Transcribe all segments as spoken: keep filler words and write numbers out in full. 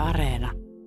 Areena.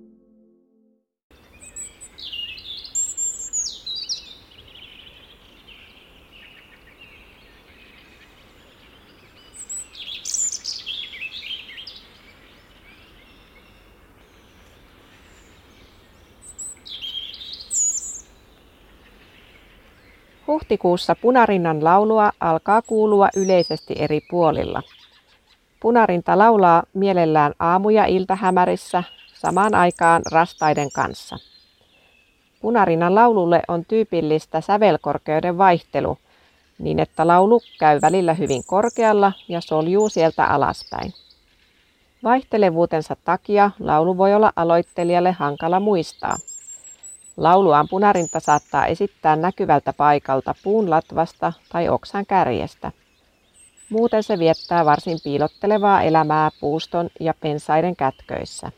Huhtikuussa punarinnan laulua alkaa kuulua yleisesti eri puolilla. Punarinta laulaa mielellään aamu- ja iltahämärissä samaan aikaan rastaiden kanssa. Punarinnan laululle on tyypillistä sävelkorkeuden vaihtelu, niin että laulu käy välillä hyvin korkealla ja soljuu sieltä alaspäin. Vaihtelevuutensa takia laulu voi olla aloittelijalle hankala muistaa. Lauluaan punarinta saattaa esittää näkyvältä paikalta puun latvasta tai oksan kärjestä. Muuten se viettää varsin piilottelevaa elämää puuston ja pensaiden kätköissä.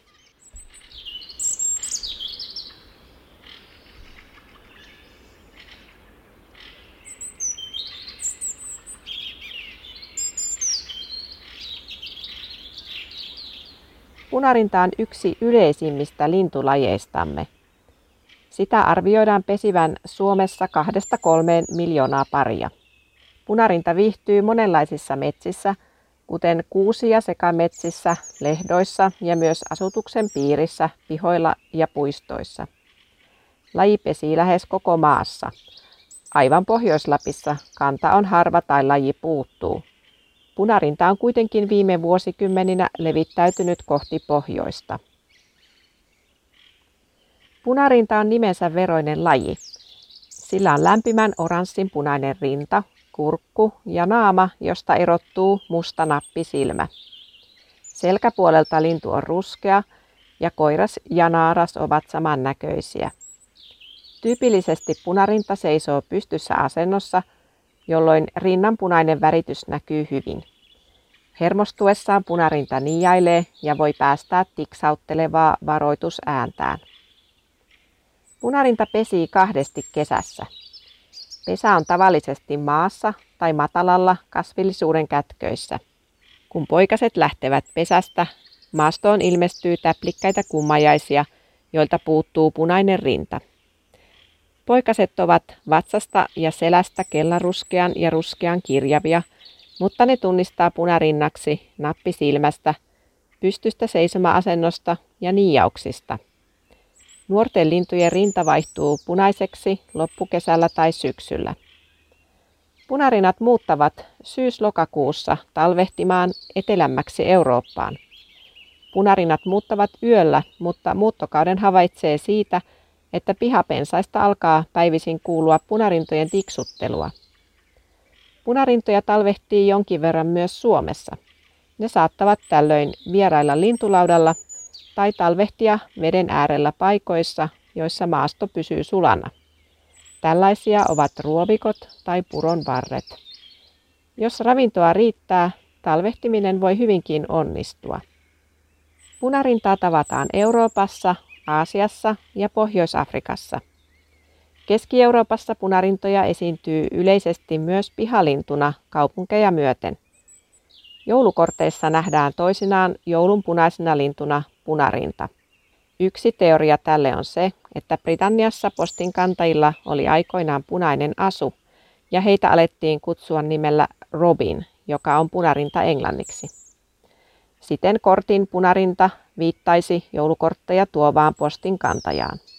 Punarinta on yksi yleisimmistä lintulajeistamme. Sitä arvioidaan pesivän Suomessa kahdesta kolmeen miljoonaa paria. Punarinta viihtyy monenlaisissa metsissä, kuten kuusi- ja sekametsissä, lehdoissa ja myös asutuksen piirissä, pihoilla ja puistoissa. Laji pesii lähes koko maassa. Aivan Pohjois-Lapissa kanta on harva tai laji puuttuu. Punarinta on kuitenkin viime vuosikymmeninä levittäytynyt kohti pohjoista. Punarinta on nimensä veroinen laji. Sillä on lämpimän oranssin punainen rinta, kurkku ja naama, josta erottuu musta nappisilmä. Selkäpuolelta lintu on ruskea ja koiras ja naaras ovat samannäköisiä. Tyypillisesti punarinta seisoo pystyssä asennossa, jolloin rinnan punainen väritys näkyy hyvin. Hermostuessaan punarinta niiailee ja voi päästää tiksauttelevaa varoitusääntään. Punarinta pesii kahdesti kesässä. Pesä on tavallisesti maassa tai matalalla kasvillisuuden kätköissä. Kun poikaset lähtevät pesästä, maastoon ilmestyy täplikkäitä kummajaisia, joilta puuttuu punainen rinta. Poikaset ovat vatsasta ja selästä kellaruskean ja ruskean kirjavia, mutta ne tunnistaa punarinnaksi nappisilmästä, pystystä seisoma-asennosta ja niiauksista. Nuorten lintujen rinta vaihtuu punaiseksi loppukesällä tai syksyllä. Punarinnat muuttavat syys-lokakuussa talvehtimaan etelämmäksi Eurooppaan. Punarinnat muuttavat yöllä, mutta muuttokauden havaitsee siitä, että pihapensaista alkaa päivisin kuulua punarintojen tiksuttelua. Punarintoja talvehtii jonkin verran myös Suomessa. Ne saattavat tällöin vierailla lintulaudalla tai talvehtia veden äärellä paikoissa, joissa maasto pysyy sulana. Tällaisia ovat ruovikot tai puronvarret. Jos ravintoa riittää, talvehtiminen voi hyvinkin onnistua. Punarintaa tavataan Euroopassa, Aasiassa ja Pohjois-Afrikassa. Keski-Euroopassa punarintoja esiintyy yleisesti myös pihalintuna kaupunkeja myöten. Joulukorteissa nähdään toisinaan joulunpunaisena lintuna punarinta. Yksi teoria tälle on se, että Britanniassa postinkantajilla oli aikoinaan punainen asu, ja heitä alettiin kutsua nimellä Robin, joka on punarinta englanniksi. Siten kortin punarinta viittaisi joulukortteja tuovaan postinkantajaan.